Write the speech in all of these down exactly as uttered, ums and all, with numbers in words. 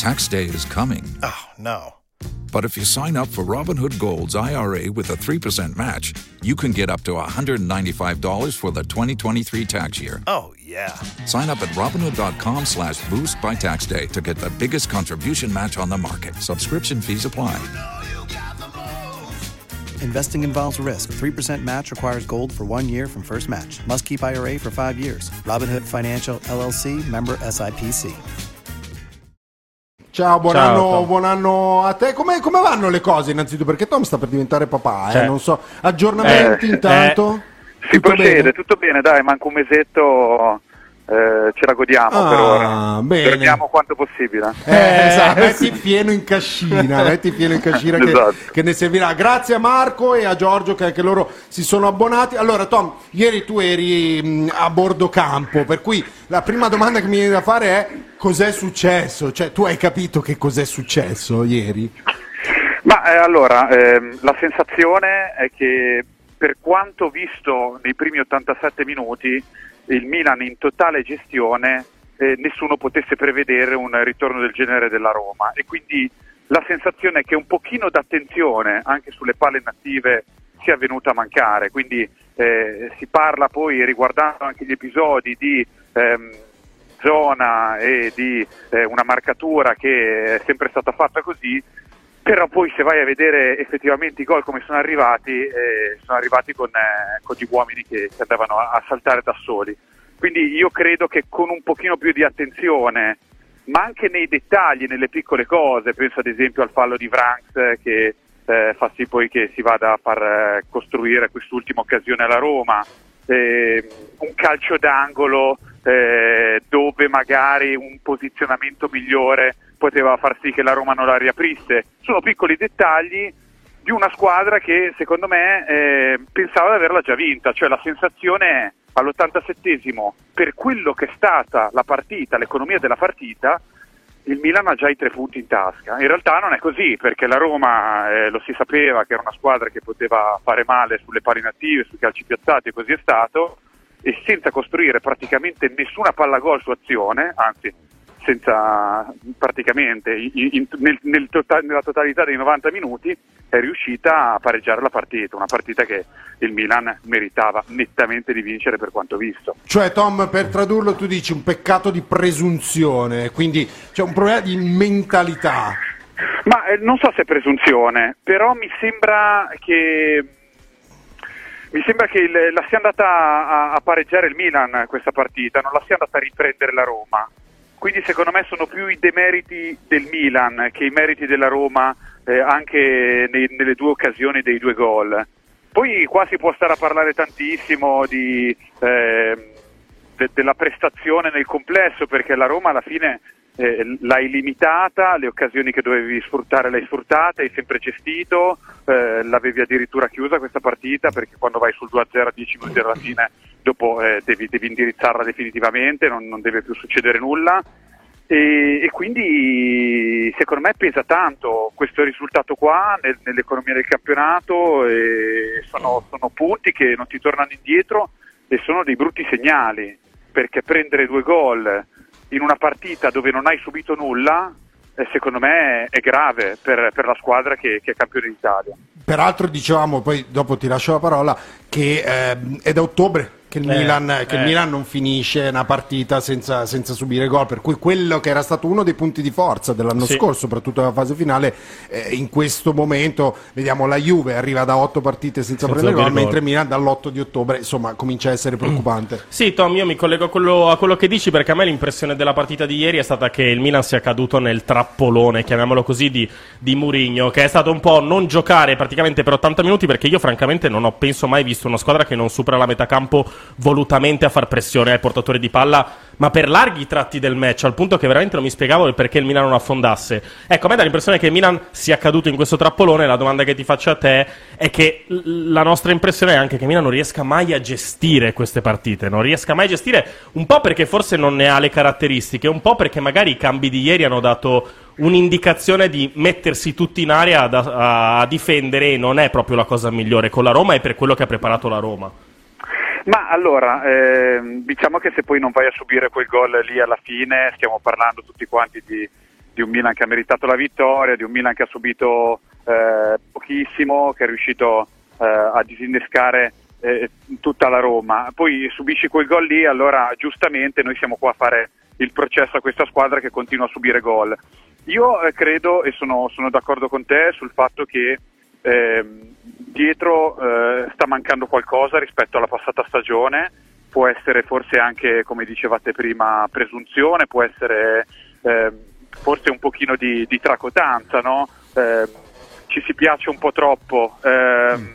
Tax day is coming. Oh, no. But if you sign up for Robinhood Gold's I R A with a three percent match, you can get up to one hundred ninety-five dollars for the twenty twenty-three tax year. Oh, yeah. Sign up at Robinhood.com slash boost by tax day to get the biggest contribution match on the market. Subscription fees apply. Investing involves risk. three percent match requires gold for one year from first match. Must keep I R A for five years. Robinhood Financial L L C, member S I P C. Ciao, buon, Ciao, anno, Tom. buon anno a te. Come, come vanno le cose innanzitutto? Perché Tom sta per diventare papà, eh? Cioè, Non so. Aggiornamenti eh, intanto? eh, Si Tutto procede, bene? tutto bene, dai, manca un mesetto, eh, ce la godiamo Ah, per ora. bene. Dormiamo quanto possibile. Eh, esatto, metti pieno in cascina, metti pieno in cascina che, Esatto. che ne servirà. Grazie a Marco e a Giorgio che anche loro si sono abbonati. Allora Tom, ieri tu eri mh, a bordo campo, per cui la prima domanda che mi viene da fare è cos'è successo? Cioè tu hai capito che cos'è successo ieri? Ma eh, allora, ehm, la sensazione è che per quanto visto nei primi ottantasette minuti, il Milan in totale gestione, eh, nessuno potesse prevedere un ritorno del genere della Roma, e quindi la sensazione è che un pochino d'attenzione anche sulle palle inattive sia venuta a mancare, quindi eh, si parla poi, riguardando anche gli episodi, di ehm, zona e di eh, una marcatura che è sempre stata fatta così, però poi se vai a vedere effettivamente i gol come sono arrivati, eh, sono arrivati con, eh, con gli uomini che, che andavano a, a saltare da soli. Quindi io credo che con un pochino più di attenzione, ma anche nei dettagli, nelle piccole cose, penso ad esempio al fallo di Vranks che eh, fa sì poi che si vada a far eh, costruire quest'ultima occasione alla Roma, eh, un calcio d'angolo eh, dove magari un posizionamento migliore poteva far sì che la Roma non la riaprisse. Sono piccoli dettagli di una squadra che secondo me eh, pensava di averla già vinta, cioè la sensazione è all'ottantasettesimo, per quello che è stata la partita, l'economia della partita, il Milan ha già i tre punti in tasca. In realtà non è così, perché la Roma eh, lo si sapeva che era una squadra che poteva fare male sulle pari inattive, sui calci piazzati, e così è stato, e senza costruire praticamente nessuna palla gol su azione, anzi senza praticamente in, in, nel, nel tota, nella totalità dei novanta minuti è riuscita a pareggiare la partita, una partita che il Milan meritava nettamente di vincere per quanto visto. Cioè Tom, per tradurlo tu dici un peccato di presunzione, quindi c'è un problema di mentalità. Ma eh, non so se è presunzione, però mi sembra che mi sembra che il, la sia andata a, a pareggiare il Milan questa partita, non la sia andata a riprendere la Roma. Quindi secondo me sono più i demeriti del Milan che i meriti della Roma, eh, anche nei, nelle due occasioni dei due gol. Poi qua si può stare a parlare tantissimo di, eh, de, della prestazione nel complesso, perché la Roma alla fine eh, l'hai limitata, le occasioni che dovevi sfruttare le hai sfruttate, hai sempre gestito, eh, l'avevi addirittura chiusa questa partita, perché quando vai sul due a zero a dieci minuti alla fine dopo eh, devi, devi indirizzarla definitivamente, non, non deve più succedere nulla, e, e quindi secondo me pesa tanto questo risultato qua nel, nell'economia del campionato, e sono, sono punti che non ti tornano indietro e sono dei brutti segnali, perché prendere due gol in una partita dove non hai subito nulla eh, secondo me è grave per, per la squadra che, che è campione d'Italia. Peraltro dicevamo, poi dopo ti lascio la parola, che eh, è da ottobre che il, Eh, Milan, che il eh. Milan non finisce una partita senza, senza subire gol, per cui quello che era stato uno dei punti di forza dell'anno Sì. scorso, soprattutto nella fase finale, eh, in questo momento vediamo la Juve arriva da otto partite senza, Senza prendere gol, subire mentre gol. Milan dall'otto di ottobre insomma comincia a essere preoccupante. Sì, Tom, io mi collego a quello, a quello che dici, perché a me l'impressione della partita di ieri è stata che il Milan sia caduto nel trappolone, chiamiamolo così, di, di Mourinho, che è stato un po' non giocare praticamente per ottanta minuti, perché io francamente non ho, penso, mai visto una squadra che non supera la metà campo volutamente a far pressione ai portatori di palla, ma per larghi tratti del match, al punto che veramente non mi spiegavo il perché il Milan non affondasse. Ecco, a me dà l'impressione che il Milan sia caduto in questo trappolone. La domanda che ti faccio a te è che l- la nostra impressione è anche che il Milan non riesca mai a gestire queste partite, non riesca mai a gestire, un po' perché forse non ne ha le caratteristiche, un po' perché magari i cambi di ieri hanno dato un'indicazione di mettersi tutti in area da, a, a difendere, e non è proprio la cosa migliore con la Roma e per quello che ha preparato la Roma. Ma allora, ehm, diciamo che se poi non vai a subire quel gol lì alla fine, stiamo parlando tutti quanti di di un Milan che ha meritato la vittoria, di un Milan che ha subito eh, pochissimo, che è riuscito eh, a disinnescare eh, tutta la Roma. Poi subisci quel gol lì, allora giustamente noi siamo qua a fare il processo a questa squadra che continua a subire gol. Io eh, credo e sono, sono d'accordo con te sul fatto che eh, dietro eh, sta mancando qualcosa rispetto alla passata stagione. Può essere forse anche, come dicevate prima, presunzione, può essere eh, forse un pochino di, di tracotanza, no? Eh, ci si piace un po' troppo, eh, mm.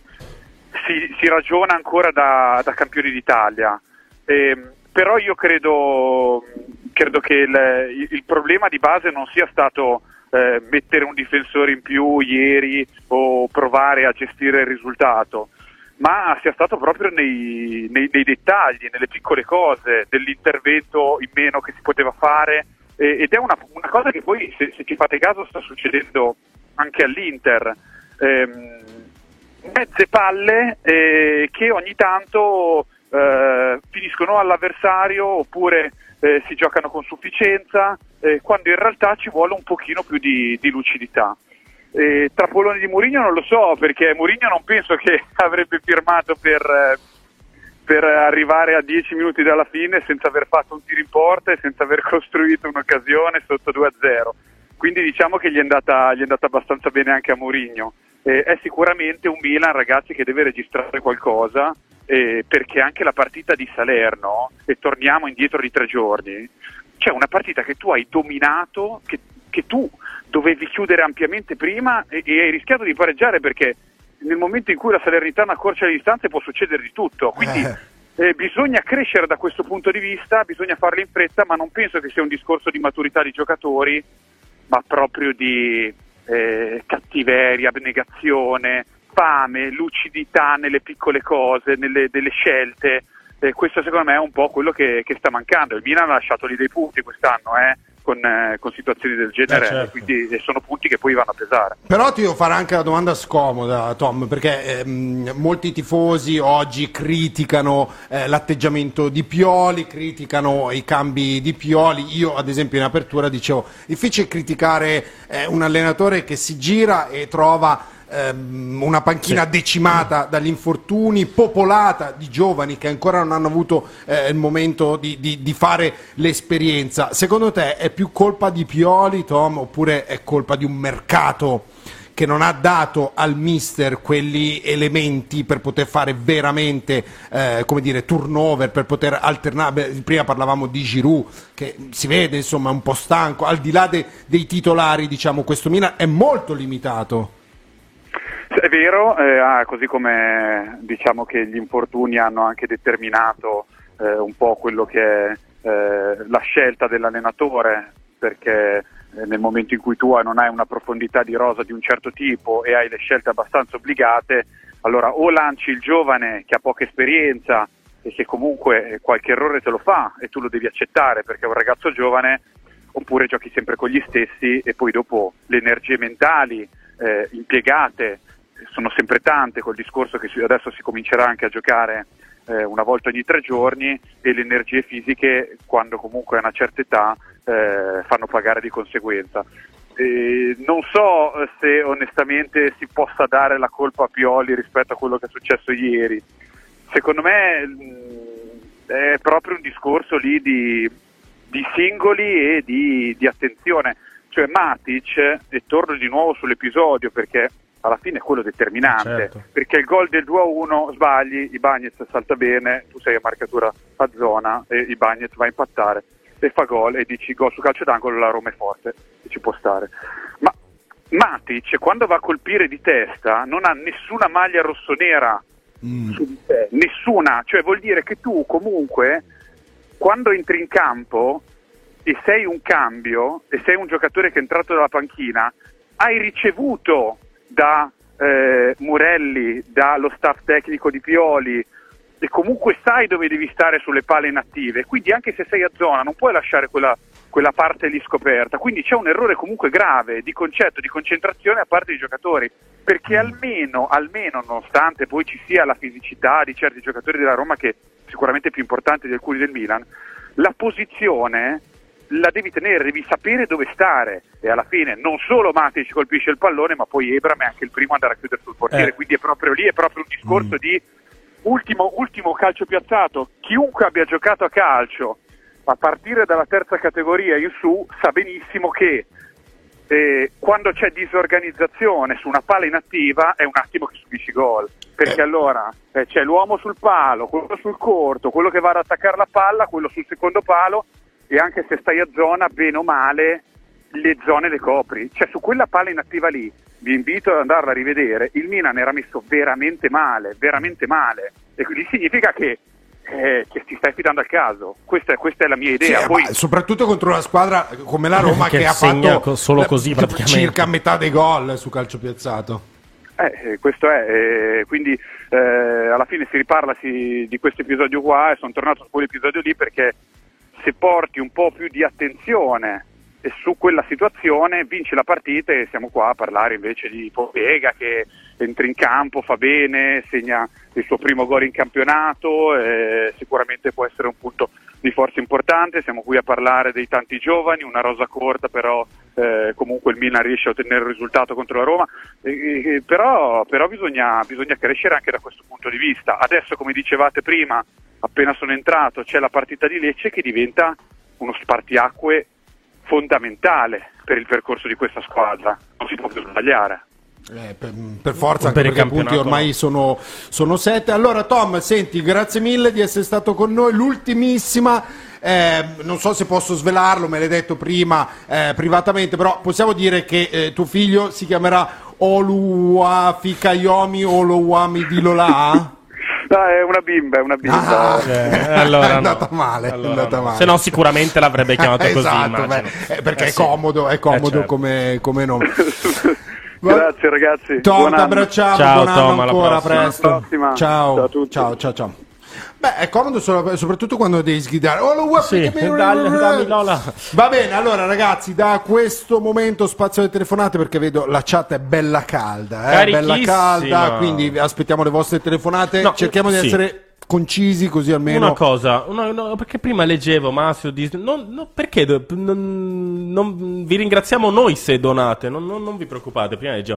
si, si ragiona ancora da, da campioni d'Italia, eh, però io credo, credo che il, il problema di base non sia stato eh, mettere un difensore in più ieri o provare a gestire il risultato, ma sia stato proprio nei, nei, nei dettagli, nelle piccole cose, dell'intervento in meno che si poteva fare, eh, ed è una, una cosa che poi, se, se ci fate caso, sta succedendo anche all'Inter. Ehm, mezze palle eh, che ogni tanto eh, finiscono all'avversario oppure eh, si giocano con sufficienza, eh, quando in realtà ci vuole un pochino più di, di lucidità. Eh, Trappoloni di Mourinho non lo so, perché Mourinho non penso che avrebbe firmato per, eh, per arrivare a dieci minuti dalla fine senza aver fatto un tiro in porta e senza aver costruito un'occasione sotto due a zero, quindi diciamo che gli è andata, gli è andata abbastanza bene anche a Mourinho. Eh, è sicuramente un Milan, ragazzi, che deve registrare qualcosa, eh, perché anche la partita di Salerno, e torniamo indietro di tre giorni, c'è una partita che tu hai dominato, che, che tu dovevi chiudere ampiamente prima e, e hai rischiato di pareggiare, perché nel momento in cui la Salernitana accorcia le distanze può succedere di tutto, quindi eh. Eh, bisogna crescere da questo punto di vista, bisogna farlo in fretta, ma non penso che sia un discorso di maturità di giocatori, ma proprio di eh, cattiveria, abnegazione, fame, lucidità nelle piccole cose, nelle delle scelte. Eh, questo secondo me è un po' quello che, che sta mancando. Il Milan ha lasciato lì dei punti quest'anno, eh, con, eh, con situazioni del genere, eh, certo. quindi eh, sono punti che poi vanno a pesare. Però ti devo fare anche la domanda scomoda, Tom, perché ehm, molti tifosi oggi criticano eh, l'atteggiamento di Pioli, criticano i cambi di Pioli. Io ad esempio in apertura dicevo, difficile criticare eh, un allenatore che si gira e trova una panchina sì. decimata dagli infortuni, popolata di giovani che ancora non hanno avuto eh, il momento di, di, di fare l'esperienza. Secondo te è più colpa di Pioli, Tom, oppure è colpa di un mercato che non ha dato al mister quegli elementi per poter fare veramente eh, come dire, turnover, per poter alternare? Beh, prima parlavamo di Giroud, che si vede insomma un po' stanco, al di là de, dei titolari, diciamo, questo Milan è molto limitato. È vero, eh, ah, così come diciamo che gli infortuni hanno anche determinato eh, un po' quello che è eh, la scelta dell'allenatore, perché eh, nel momento in cui tu non hai una profondità di rosa di un certo tipo e hai le scelte abbastanza obbligate, allora o lanci il giovane che ha poca esperienza e che comunque qualche errore te lo fa e tu lo devi accettare perché è un ragazzo giovane, oppure giochi sempre con gli stessi e poi dopo le energie mentali eh, impiegate sono sempre tante, col discorso che adesso si comincerà anche a giocare eh, una volta ogni tre giorni, e le energie fisiche, quando comunque a una certa età, eh, fanno pagare di conseguenza. E non so se onestamente si possa dare la colpa a Pioli rispetto a quello che è successo ieri. Secondo me mh, è proprio un discorso lì di, di singoli e di, di attenzione. Cioè Matic, e torno di nuovo sull'episodio perché alla fine è quello determinante, certo. Perché il gol del due a uno sbagli, Ibañez salta bene, tu sei a marcatura a zona e Ibañez va a impattare e fa gol e dici gol su calcio d'angolo, la Roma è forte e ci può stare. Ma Matic quando va a colpire di testa non ha nessuna maglia rossonera mm. su di te, nessuna, cioè vuol dire che tu comunque quando entri in campo e sei un cambio e sei un giocatore che è entrato dalla panchina, hai ricevuto da eh, Murelli, dallo staff tecnico di Pioli, e comunque sai dove devi stare sulle palle inattive, quindi anche se sei a zona non puoi lasciare quella, quella parte lì scoperta, quindi c'è un errore comunque grave di concetto, di concentrazione a parte dei giocatori, perché almeno, almeno nonostante poi ci sia la fisicità di certi giocatori della Roma che sicuramente è più importante di alcuni del Milan, la posizione la devi tenere, devi sapere dove stare, e alla fine non solo Matic colpisce il pallone, ma poi Ebram è anche il primo ad andare a chiudere sul portiere, Eh. quindi è proprio lì, è proprio un discorso Mm. di ultimo, ultimo calcio piazzato. Chiunque abbia giocato a calcio a partire dalla terza categoria in su sa benissimo che eh, quando c'è disorganizzazione su una palla inattiva è un attimo che subisci gol, perché Eh. allora eh, c'è l'uomo sul palo, quello sul corto, quello che va ad attaccare la palla, quello sul secondo palo, e anche se stai a zona, bene o male le zone le copri. Cioè, su quella palla inattiva lì, vi invito ad andarla a rivedere, il Milan era messo veramente male, veramente male, e quindi significa che Eh, che ti stai fidando al caso. Questa, questa è la mia idea. Sì, Poi, ma soprattutto contro una squadra come la Roma Che che, ha segna fatto co- solo così, praticamente. circa metà dei gol su calcio piazzato. eh, eh, questo è, eh, quindi eh, alla fine si riparla si, di questo episodio qua, e sono tornato su quell'episodio lì perché se porti un po' più di attenzione e su quella situazione vinci la partita, e siamo qua a parlare invece di Pobega che entra in campo, fa bene, segna il suo primo gol in campionato, eh, sicuramente può essere un punto di forza importante. Siamo qui a parlare dei tanti giovani, una rosa corta, però eh, comunque il Milan riesce a ottenere il risultato contro la Roma, eh, eh, però, però bisogna, bisogna crescere anche da questo punto di vista. Adesso, come dicevate prima, appena sono entrato, c'è la partita di Lecce che diventa uno spartiacque fondamentale per il percorso di questa squadra, non si può più sbagliare. Eh, per, per forza, Per anche il perché i punti campionato, ormai no. sono, sono sette. Allora Tom, senti, grazie mille di essere stato con noi. L'ultimissima, eh, non so se posso svelarlo, me l'hai detto prima eh, privatamente, però possiamo dire che eh, tuo figlio si chiamerà Oluwafikayomi Oluwami Dilola? No, è una bimba, è una bimba. Ah, Eh, allora è no. andata male, Allora è andata no. male. Se no sicuramente l'avrebbe chiamato così, Esatto, immagino. beh, eh, perché Eh, è sì. comodo, è comodo Eh, certo. come, come nome. Grazie ragazzi. Tom, Buon ti anno. abbracciamo, Ciao, buon anno Tom, alla ancora, a prossima. presto. Alla prossima. Ciao, Ciao a tutti. ciao, ciao, ciao. Beh, è comodo solo- soprattutto quando devi sgridare. Oh, lo vuoi Sì, che mi- dai, dammi Lola. Va bene, allora ragazzi, da questo momento spazio alle telefonate, perché vedo la chat è bella calda, eh? Bella Carichissima. calda, quindi aspettiamo le vostre telefonate. No, Cerchiamo di sì. essere concisi, così almeno. Una cosa, una- no, perché prima leggevo Massimo di non, no, perché do- non, non- vi ringraziamo noi se donate, non, non- non vi preoccupate, prima leggevo